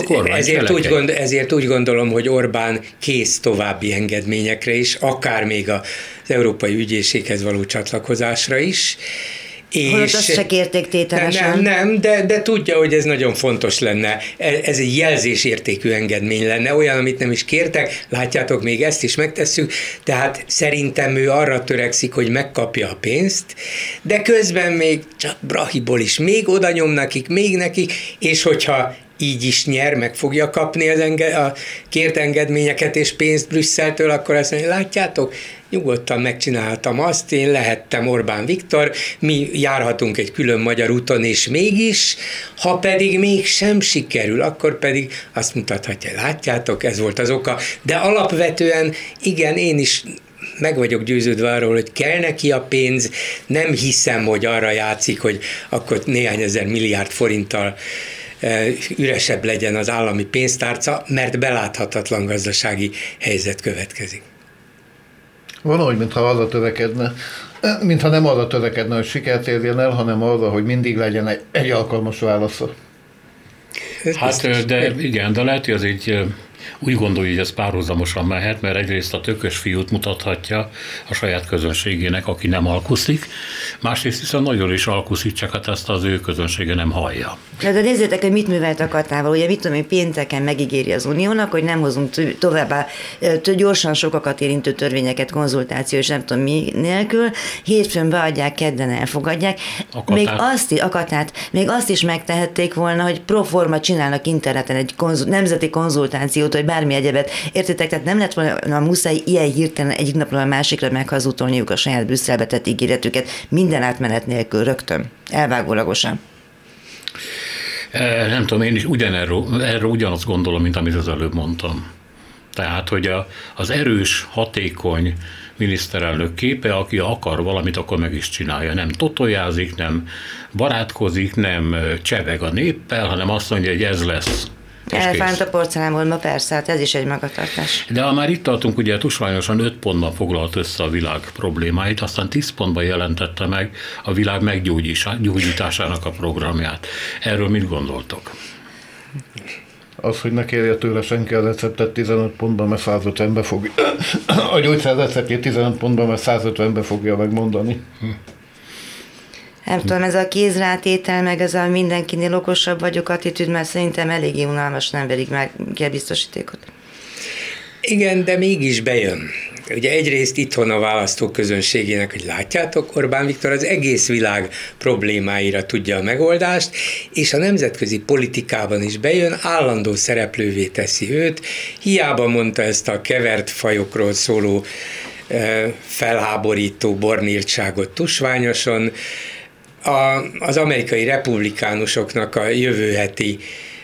Ezért úgy gondolom, hogy Orbán kész további engedményekre is, akár még az Európai Ügyészséghez való csatlakozásra is. Holott azt se kérték tételesen. Nem, de tudja, hogy ez nagyon fontos lenne. Ez egy jelzésértékű engedmény lenne, olyan, amit nem is kértek, látjátok, még ezt is megtesszük, tehát szerintem ő arra törekszik, hogy megkapja a pénzt, de közben még csak brahiból is, még oda nyom nekik, még nekik, és hogyha így is nyer, meg fogja kapni a kért engedményeket és pénzt Brüsszeltől, akkor azt mondja, látjátok, nyugodtan megcsináltam azt, én lehettem Orbán Viktor, mi járhatunk egy külön magyar úton, és mégis, ha pedig mégsem sikerül, akkor pedig azt mutathatja, látjátok, ez volt az oka. De alapvetően, igen, én is meg vagyok győződve arról, hogy kell neki a pénz, nem hiszem, hogy arra játszik, hogy akkor néhány ezer milliárd forinttal üresebb legyen az állami pénztárca, mert beláthatatlan gazdasági helyzet következik. Valahogy, mintha arra törekedne. Mintha nem arra törekedne, hogy sikert érjen el, hanem arra, hogy mindig legyen egy alkalmas válasza. Hát, de igen, de lehet, hogy az egy úgy gondolja, hogy ez párhuzamosan mehet, mert egyrészt a tökös fiút mutathatja a saját közönségének, aki nem alkuszik, másrészt viszont nagyon is alkuszik, csak hát ezt az ő közönsége nem hallja. De nézzétek, hogy mit művelt a Katával. Ugye mit tudom én, pénteken megígéri az Uniónak, hogy nem hozunk továbbá gyorsan sokakat érintő törvényeket, konzultáció és nem tudom mi nélkül. Hétfőn beadják, kedden elfogadják. Még azt is megtehették volna, hogy proforma csinálnak interneten egy nemzeti konzultációt, hogy bármi egyebet. Értitek? Tehát nem lett volna muszáj ilyen hirtelen egyik napról a másikra meghazudtolniuk a saját Brüsszelbe tett ígéretüket minden átmenet nélkül, rögtön, elvágólagosan. Nem tudom, én is erről ugyanazt gondolom, mint amit az előbb mondtam. Tehát, hogy az erős, hatékony miniszterelnök képe, aki akar valamit, akkor meg is csinálja. Nem totojázik, nem barátkozik, nem cseveg a néppel, hanem azt mondja, hogy ez lesz. Elfánt a porcelánboltba, persze, hát ez is egy magatartás. De ha már itt tartunk, ugye tusványosan 5 pontban foglalt össze a világ problémáit, aztán 10 pontban jelentette meg a világ meggyógyításának a programját. Erről mit gondoltok? Az, hogy ne kérje tőle senki a receptet 15 pontban, mert 150-be fogja. A gyógyszer receptjét 15 pontban, mert 150-be fogja megmondani. Nem tudom, ez a kézrátétel, meg ez a mindenkinél okosabb vagyok attitűd, mert szerintem eléggé unalmas, nem verik meg ki a biztosítékot. Igen, de mégis bejön. Ugye egyrészt itthon a választók közönségének, hogy látjátok, Orbán Viktor az egész világ problémáira tudja a megoldást, és a nemzetközi politikában is bejön, állandó szereplővé teszi őt. Hiába mondta ezt a kevert fajokról szóló felháborító bornírtságot tusványosan. Az amerikai republikánusoknak a jövő heti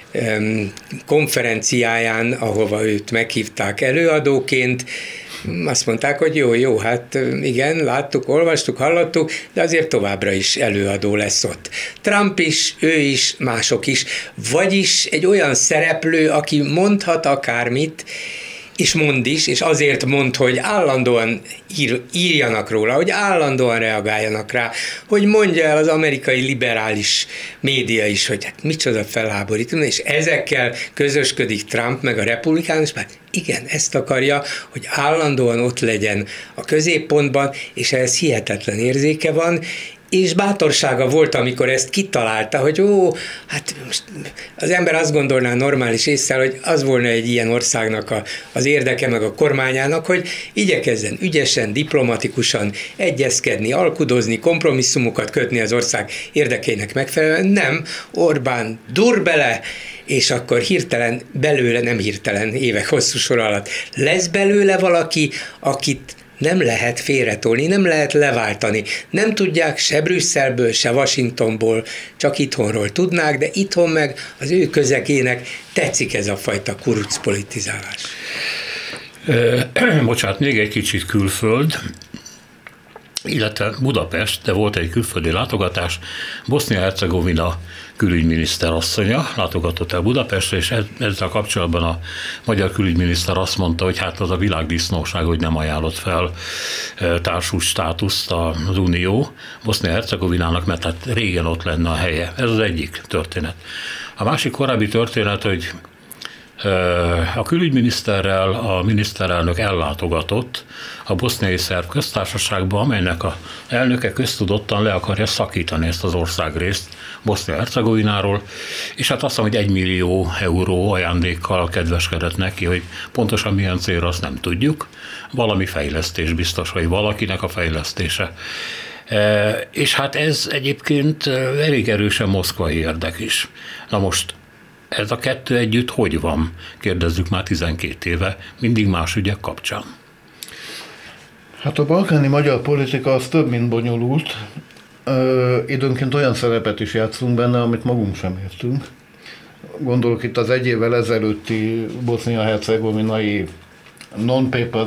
konferenciáján, ahova őt meghívták előadóként, azt mondták, hogy jó, hát igen, láttuk, olvastuk, hallottuk, de azért továbbra is előadó lesz ott. Trump is, ő is, mások is, vagyis egy olyan szereplő, aki mondhat akármit, és mond is, és azért mond, hogy állandóan írjanak róla, hogy állandóan reagáljanak rá, hogy mondja el az amerikai liberális média is, hogy hát micsoda felháborító, és ezekkel közösködik Trump meg a republikánus, mert igen, ezt akarja, hogy állandóan ott legyen a középpontban, és ehhez hihetetlen érzéke van, és bátorsága volt, amikor ezt kitalálta, hogy hát most az ember azt gondolná normális ésszel, hogy az volna egy ilyen országnak az érdeke, meg a kormányának, hogy igyekezzen ügyesen, diplomatikusan egyezkedni, alkudozni, kompromisszumokat kötni az ország érdekeinek megfelelően. Nem, Orbán dur bele, és akkor hirtelen belőle, nem hirtelen, évek hosszú sor alatt lesz belőle valaki, akit nem lehet félretolni, nem lehet leváltani. Nem tudják se Brüsszelből, se Washingtonból, csak itthonról tudnák, de itthon meg az ő közegének tetszik ez a fajta kurucpolitizálás. Bocsánat, még egy kicsit külföld, illetve Budapest, de volt egy külföldi látogatás, Bosznia-Hercegovina külügyminiszter asszonya látogatott el Budapestre, és ezzel kapcsolatban a magyar külügyminiszter azt mondta, hogy hát az a világdisznóság, hogy nem ajánlott fel társult státuszt az Unió Bosznia-Hercegovinának, mert hát régen ott lenne a helye. Ez az egyik történet. A másik korábbi történet, hogy a külügyminiszterrel a miniszterelnök ellátogatott a boszniai szerb köztársaságba, amelynek a elnöke köztudottan le akarja szakítani ezt az országrészt Bosznia-Hercegovináról, és hát azt mondom, hogy 1 millió euró ajándékkal kedveskedett neki, hogy pontosan milyen célra, azt nem tudjuk. Valami fejlesztés biztos, vagy valakinek a fejlesztése. És hát ez egyébként elég erősen moszkvai érdek is. Na most ez a kettő együtt hogy van? Kérdezzük már 12 éve, mindig más ügyek kapcsán. Hát a balkáni magyar politika az több, mint bonyolult. Időnként olyan szerepet is játszunk benne, amit magunk sem értünk. Gondolok itt az 1 évvel ezelőtti bosznia-hercegovinai non-paper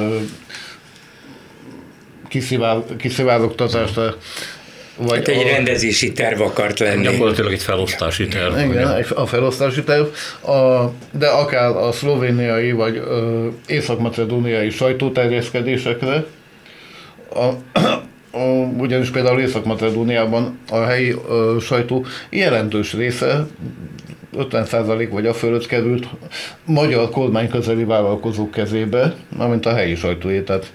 kiszivárogtatásra. Hát egy rendezési terv akart lenni. Gyakorlatilag egy felosztási terv. Igen, a felosztási terv, de akár a szlovéniai vagy észak-macedóniai sajtóterjeszkedésekre, ugyanis például Észak-Macedóniában a helyi sajtó jelentős része 50% vagy a fölött került magyar kormányközeli vállalkozók kezébe, amint a helyi sajtóé. Tehát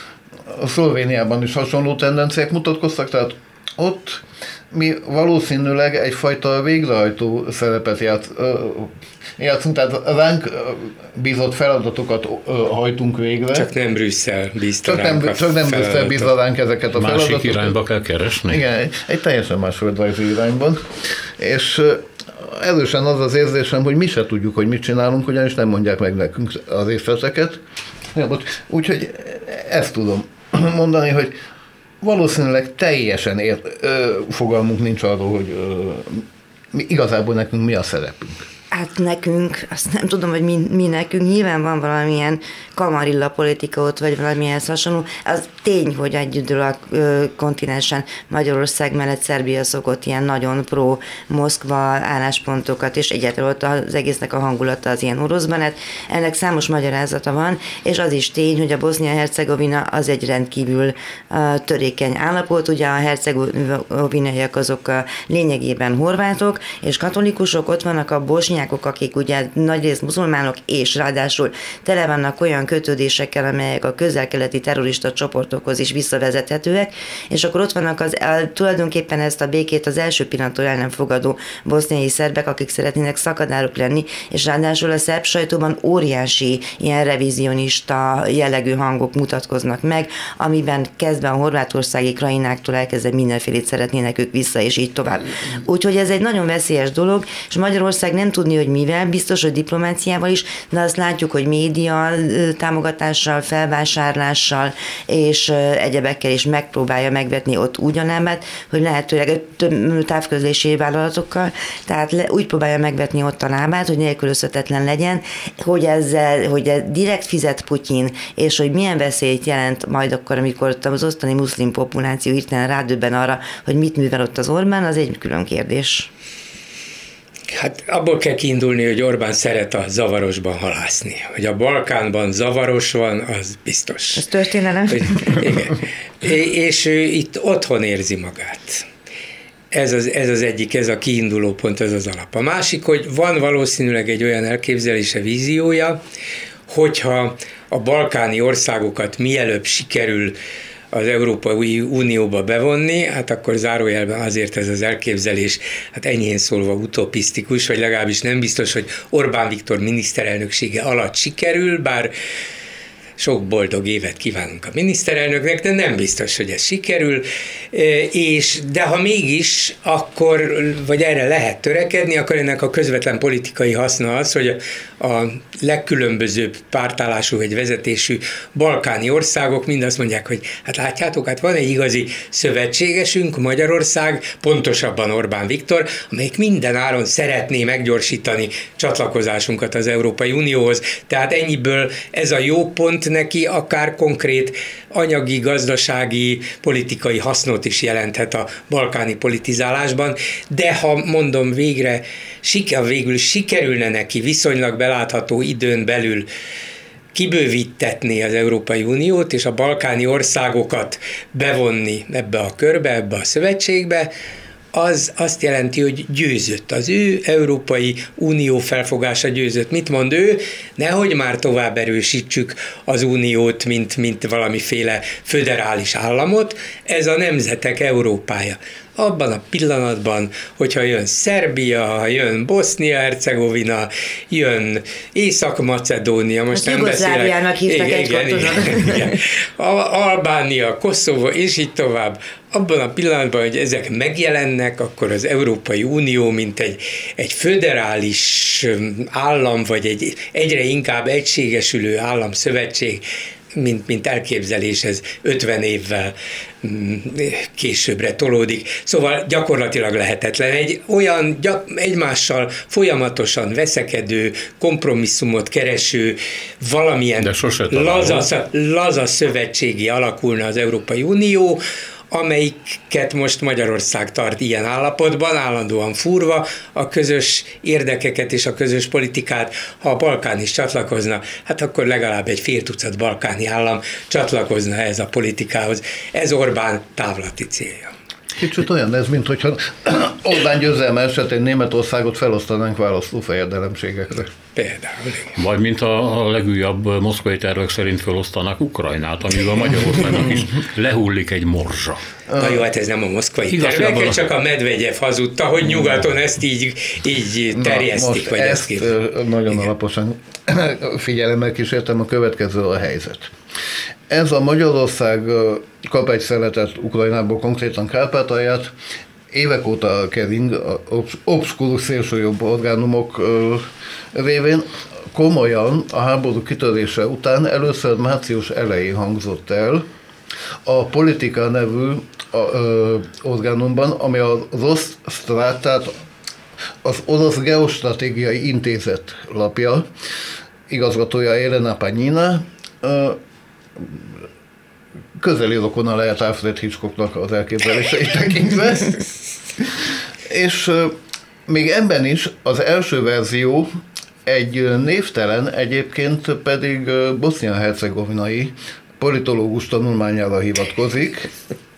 a Szlovéniában is hasonló tendenciák mutatkoztak, tehát ott mi valószínűleg egyfajta végrehajtó szerepet játszunk, tehát ránk bízott feladatokat hajtunk végre. Csak nem Brüsszel bízta ránk. Csak nem Brüsszel bízza ránk ezeket a feladatokat. Másik irányba kell keresni. Igen, egy teljesen más földrajzi irányban. És erősen az érzésem, hogy mi se tudjuk, hogy mit csinálunk, ugyanis nem mondják meg nekünk a részleteket. Úgyhogy ezt tudom mondani, hogy valószínűleg teljesen fogalmunk nincs arról, hogy igazából nekünk mi a szerepünk. Hát nekünk, azt nem tudom, hogy mi nekünk, nyilván van valamilyen kamarilla politika ott, vagy valamilyen hasonló. Az tény, hogy egyedül a kontinensen Magyarország mellett Szerbia szokott ilyen nagyon pro-Moszkva álláspontokat, és egyáltalán ott az egésznek a hangulata az ilyen oroszban. Hát ennek számos magyarázata van, és az is tény, hogy a Bosznia-Hercegovina az egy rendkívül törékeny állapot. Ugye a hercegovinaiak azok lényegében horvátok és katolikusok, ott vannak a bosnyákok, akik ugye nagyrészt muzulmánok, és ráadásul tele vannak olyan kötődésekkel, amelyek a közel-keleti terrorista csoportokhoz is visszavezethetőek, és akkor ott vannak tulajdonképpen ezt a békét az első pillanattól el nem fogadó boszniai szerbek, akik szeretnének szakadárok lenni, és ráadásul a szerb sajtóban óriási ilyen revizionista jellegű hangok mutatkoznak meg, amiben kezdve a horvátországi kraináktól elkezdve mindenfélét szeretnének ők vissza, és így tovább. Úgyhogy ez egy nagyon veszélyes dolog, és Magyarország nem tudni, hogy mivel, biztos, hogy diplomáciával is, de azt látjuk, hogy média támogatással, felvásárlással és egyebekkel is megpróbálja megvetni ott ugyanábbát, hogy lehetőleg távközlési vállalatokkal, tehát úgy próbálja megvetni ott a lábát, hogy nélkülözhetetlen legyen, hogy direkt fizet Putyin, és hogy milyen veszélyt jelent majd akkor, amikor az osztani muszlim populáció hirtelen rádöbben arra, hogy mit művel ott az Orbán, az egy külön kérdés. Hát abból kell kiindulni, hogy Orbán szeret a zavarosban halászni. Hogy a Balkánban zavaros van, az biztos. Ez történelem. Igen. És ő itt otthon érzi magát. Ez az egyik, ez a kiinduló pont, ez az alap. A másik, hogy van valószínűleg egy olyan elképzelése, víziója, hogyha a balkáni országokat mielőbb sikerül az Európai Unióba bevonni, hát akkor zárójelben azért ez az elképzelés, hát enyhén szólva utopisztikus, vagy legalábbis nem biztos, hogy Orbán Viktor miniszterelnöksége alatt sikerül, bár sok boldog évet kívánunk a miniszterelnöknek, de nem biztos, hogy ez sikerül, de ha mégis, akkor, vagy erre lehet törekedni, akkor ennek a közvetlen politikai haszna az, hogy a legkülönbözőbb pártállású vagy vezetésű balkáni országok mind azt mondják, hogy hát látjátok, hát van egy igazi szövetségesünk, Magyarország, pontosabban Orbán Viktor, amelyik minden áron szeretné meggyorsítani csatlakozásunkat az Európai Unióhoz. Tehát ennyiből ez a jó pont neki, akár konkrét anyagi, gazdasági, politikai hasznot is jelenthet a balkáni politizálásban, de ha mondom végül sikerülne neki viszonylag belátható időn belül kibővítetni az Európai Uniót, és a balkáni országokat bevonni ebbe a körbe, ebbe a szövetségbe, az azt jelenti, hogy győzött. Az ő Európai Unió felfogása győzött. Mit mond ő? Nehogy már tovább erősítsük az uniót, mint valamiféle föderális államot, ez a nemzetek Európája. Abban a pillanatban, hogyha jön Szerbia, ha jön Bosznia-Hercegovina, jön Észak-Macedónia, most nem beszélek. Igen. Albánia, Koszovó, és így tovább. Abban a pillanatban, hogy ezek megjelennek, akkor az Európai Unió, mint egy föderális állam, vagy egy egyre inkább egységesülő államszövetség, mint elképzelés, ez 50 évvel későbbre tolódik. Szóval gyakorlatilag lehetetlen. Egy olyan egymással folyamatosan veszekedő, kompromisszumot kereső, valamilyen laza szövetségi alakulna az Európai Unió, amelyiket most Magyarország tart ilyen állapotban, állandóan fúrva a közös érdekeket és a közös politikát. Ha a Balkán is csatlakozna, hát akkor legalább egy fél tucat balkáni állam csatlakozna ehhez a politikához. Ez Orbán távlati célja. Kicsit olyan ez, mint hogyha Orbán győzelme esetén Németországot felosztanánk választófejedelemségekre. Például. Vagy mint a legújabb moszkvai tervek szerint felosztanák Ukrajnát, amivel Magyarországnak is lehullik egy morzsa. Na jó, hát ez nem a moszkvai tervek, csak a Medvegyev hazudta, hogy nyugaton ezt így terjesztik. Vagy ezt nagyon alaposan figyelemmel kísértem, a következő a helyzet. Ez a Magyarország kap egy szeletet Ukrajnából, konkrétan Kárpátalját, évek óta kering, obskurus szélsőjobb orgánumok révén. Komolyan a háború kitörése után először március elején hangzott el a Politika nevű orgánumban, ami az Rosztrát, tehát az Orosz Geostratégiai Intézet lapja, igazgatója Elena Panyina, közeli rokona lehet Alfred Hitchcocknak az elképzeléseit tekintve. És még ebben is az első verzió egy névtelen, egyébként pedig bosznia-hercegovinai politológus tanulmányára hivatkozik.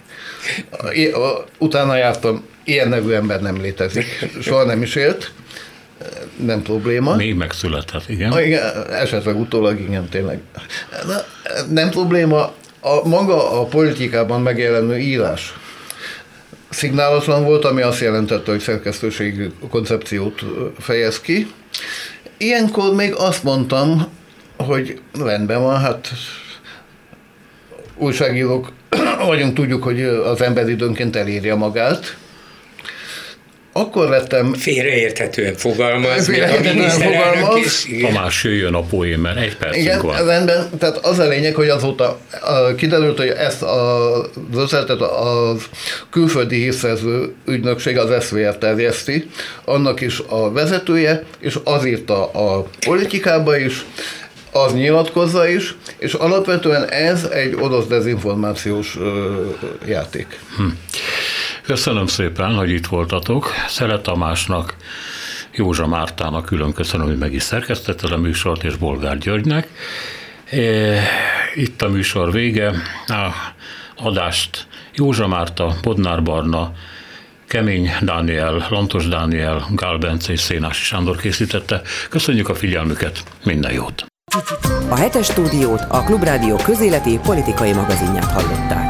Utána jártam, ilyen nevű ember nem létezik, soha nem is élt. Nem probléma. Még megszületett, igen. Igen, esetleg utólag, igen, tényleg. Nem probléma. Maga a politikában megjelenő írás szignálatlan volt, ami azt jelentette, hogy szerkesztőségi koncepciót fejez ki. Ilyenkor még azt mondtam, hogy rendben van, hát újságírók vagyunk, tudjuk, hogy az ember időnként elírja magát. Akkor lettem... Félreérthetően fogalmaz, még a miniszterelnök is. Tamás, jöjjön a poém, mert egy percünk van. Rendben, tehát az a lényeg, hogy azóta kiderült, hogy ezt az ötletet a külföldi hírszerző ügynökség, az SZVR terjeszti, annak is a vezetője, és az írta a politikába is, az nyilatkozza is, és alapvetően ez egy orosz dezinformációs játék. Köszönöm szépen, hogy itt voltatok. Szelet Tamásnak, Józsa Mártának külön köszönöm, hogy meg is szerkesztette a műsort, és Bolgár Györgynek. Itt a műsor vége. A adást Józsa Márta, Bodnár Barna, Kemény Dániel, Lantos Dániel, Gál Bence és Szénási Sándor készítette. Köszönjük a figyelmüket, minden jót! A Hetes Stúdiót, a Klubrádió közéleti politikai magazinját hallották.